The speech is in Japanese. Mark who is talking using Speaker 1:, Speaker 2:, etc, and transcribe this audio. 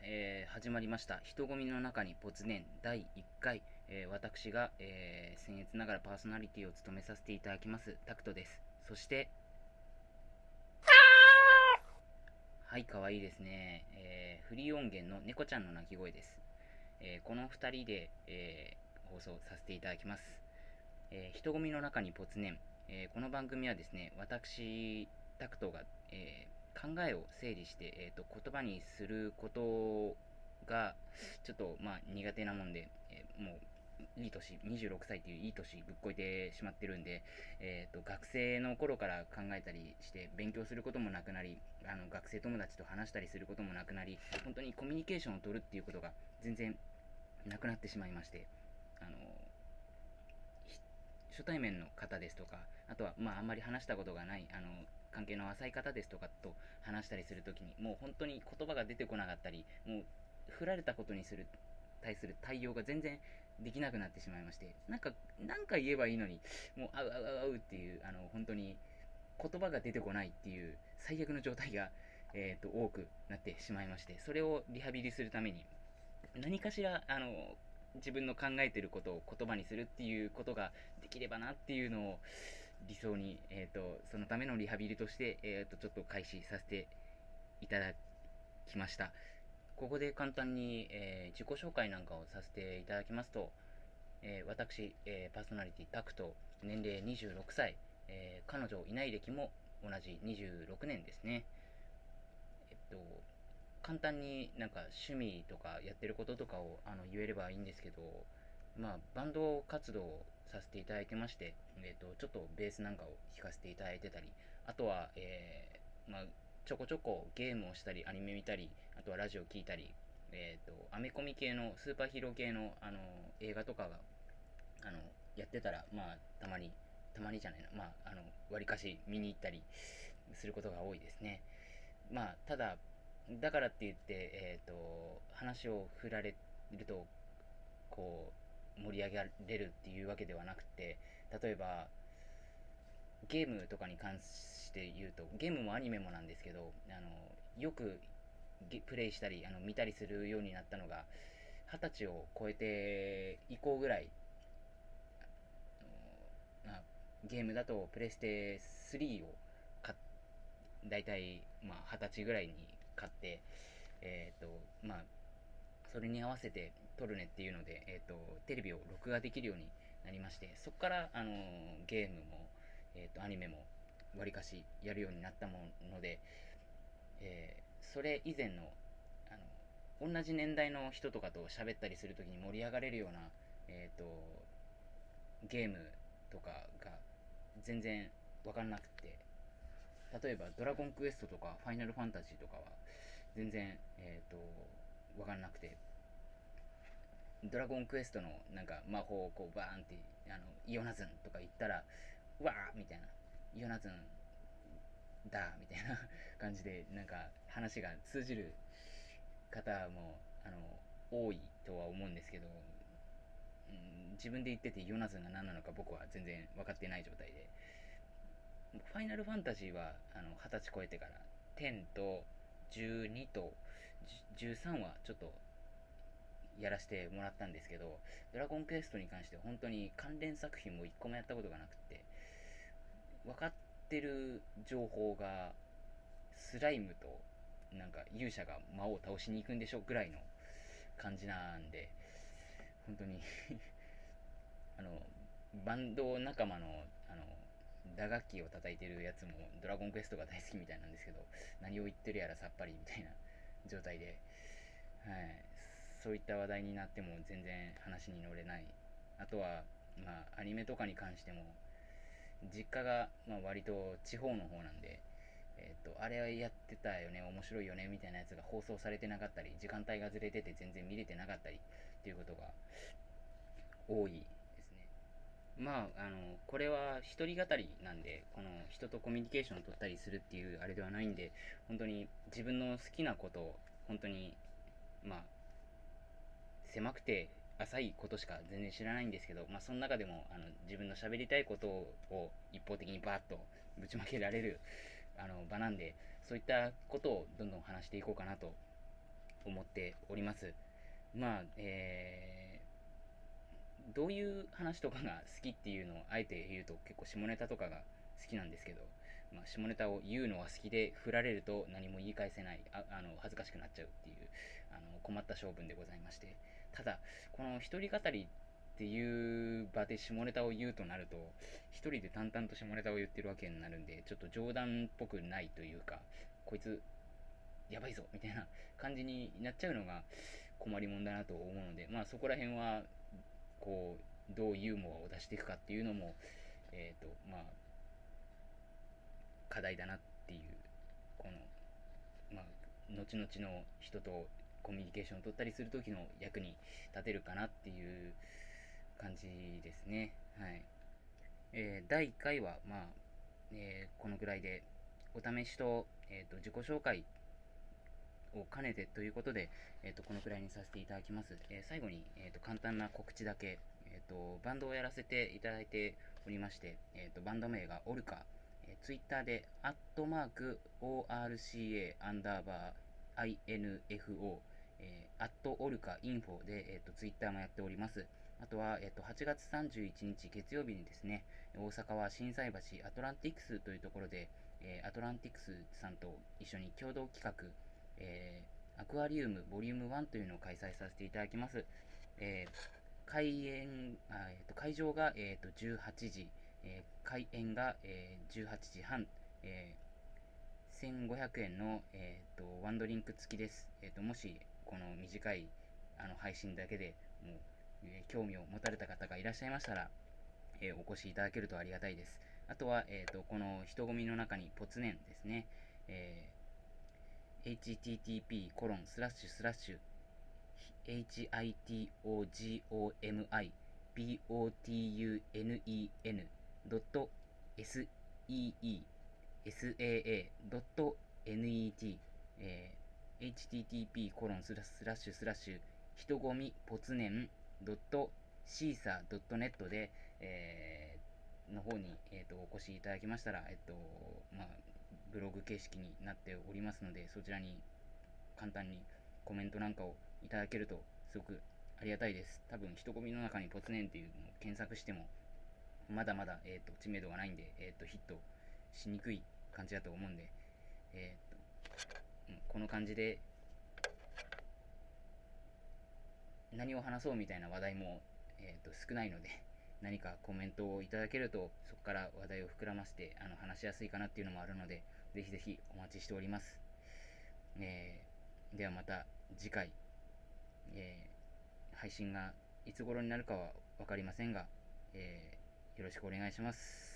Speaker 1: 始まりました人混みの中に没年第1回、私が、僭越ながらパーソナリティを務めさせていただきますタクトです。そしてはい、かわいいですね、フリー音源の猫ちゃんの鳴き声です。この2人で、放送させていただきます。人混みの中に没年、この番組はですね、私タクトが、考えを整理して、言葉にすることがちょっと苦手なもんで、もういい年、26歳っていういい年ぶっこいてしまってるんで、学生の頃から考えたりして勉強することもなくなり、学生友達と話したりすることもなくなり、本当にコミュニケーションを取るっていうことが全然なくなってしまいまして、あの初対面の方ですとか、あとはあんまり話したことがない関係の浅い方ですとかと話したりするときに、もう本当に言葉が出てこなかったり、もう振られたことに対する対応が全然できなくなってしまいまして、なんか言えばいいのに、もうあうあうあうっていう、本当に言葉が出てこないっていう最悪の状態が、多くなってしまいまして、それをリハビリするために何かしら自分の考えていることを言葉にするっていうことができればなっていうのを理想に、そのためのリハビリとして、ちょっと開始させていただきました。ここで簡単に、自己紹介なんかをさせていただきますと、私、パーソナリティタクト、年齢26歳、彼女いない歴も同じ26年ですね。えっと簡単に趣味とかやってることとかを言えればいいんですけど、バンド活動をさせていただいてまして、ちょっとベースなんかを弾かせていただいてたり、あとは、ちょこちょこゲームをしたり、アニメ見たり、あとはラジオ聞いたり、アメコミ系のスーパーヒーロー系の、映画とかがあのやってたら、たまにじゃないな、わりかし見に行ったりすることが多いですね。ただ、だからって言って、話を振られると、盛り上げられるっていうわけではなくて、例えば、ゲームとかに関して言うと、ゲームもアニメもなんですけど、よくプレイしたり、見たりするようになったのが、20歳を超えて以降ぐらい、ゲームだとプレステ3を買っ大体、20歳ぐらいに買って、えっ、と、まあ、それに合わせて撮るねっていうので、テレビを録画できるようになりまして、そこから、ゲームも、アニメも、わりかしやるようになったもので、それ以前の、同じ年代の人とかと喋ったりするときに盛り上がれるような、ゲームとかが全然わかんなくて、例えばドラゴンクエストとかファイナルファンタジーとかは全然、わかんなくて、ドラゴンクエストの魔法をこうバーンってイオナズンとか言ったら、うわーみたいな、イオナズンだみたいな感じで話が通じる方も多いとは思うんですけど、自分で言っててイオナズンが何なのか僕は全然分かってない状態で、ファイナルファンタジーは20歳超えてから10と12と13はちょっとやらせてもらったんですけど、ドラゴンクエストに関しては本当に関連作品も1個もやったことがなくて、分かってる情報がスライムと勇者が魔王を倒しに行くんでしょぐらいの感じなんで、本当にあのバンド仲間の打楽器を叩いてるやつもドラゴンクエストが大好きみたいなんですけど、何を言ってるやらさっぱりみたいな状態で、はい、そういった話題になっても全然話に乗れない。あとは、アニメとかに関しても、実家が、割と地方の方なんで、あれはやってたよね、面白いよねみたいなやつが放送されてなかったり、時間帯がずれてて全然見れてなかったりっていうことが多いですね。これは一人語りなんで、この人とコミュニケーションを取ったりするっていうあれではないんで、本当に自分の好きなことを、本当に、まあ、狭くて浅いことしか全然知らないんですけど、その中でも自分の喋りたいことを一方的にバーッとぶちまけられる場なんで、そういったことをどんどん話していこうかなと思っております。まあ、どういう話とかが好きっていうのをあえて言うと結構下ネタとかが好きなんですけど、下ネタを言うのは好きで振られると何も言い返せない、恥ずかしくなっちゃうっていう困った性分でございまして、ただこの一人語りっていう場で下ネタを言うとなると、一人で淡々と下ネタを言ってるわけになるんで、ちょっと冗談っぽくないというか、こいつやばいぞみたいな感じになっちゃうのが困りもんだなと思うので、そこら辺はこうどうユーモアを出していくかっていうのも、えーとまあ、課題だなっていう、この、後々の人とコミュニケーションを取ったりする時の役に立てるかなっていう感じですね。はい。第1回は、このぐらいで、お試しと、自己紹介を兼ねてということで、このくらいにさせていただきます。最後に、簡単な告知だけ、バンドをやらせていただいておりまして、バンド名がオルカ、ツイッターで、@ORCA アンダーバー INFO、オルカインフォで、ツイッターもやっております。あとは、8月31日月曜日にですね、大阪は心斎橋アトランティクスというところで、アトランティクスさんと一緒に共同企画、アクアリウムボリューム1というのを開催させていただきます。え会場が、18時、開演が、18時半、1500円の、ワンドリンク付きです。もしこの短い配信だけでもう、興味を持たれた方がいらっしゃいましたら、お越しいただけるとありがたいです。あとは、この人混みの中にポツネンですね、http コロンスラッシュスラッシュ hitogomibotnen.seesaa.net、http コロンスラッシュスラッシュ人ごみポツネン .caesar.net で、の方に、お越しいただきましたら、ブログ形式になっておりますので、そちらに簡単にコメントなんかをいただけるとすごくありがたいです。多分人混みの中にポツネンっていうのを検索してもまだまだ、知名度がないんで、ヒットしにくい感じだと思うんで、この感じで何を話そうみたいな話題も、少ないので、何かコメントをいただけるとそこから話題を膨らませて話しやすいかなっていうのもあるので、ぜひぜひお待ちしております。ではまた次回、配信がいつ頃になるかは分かりませんが、よろしくお願いします。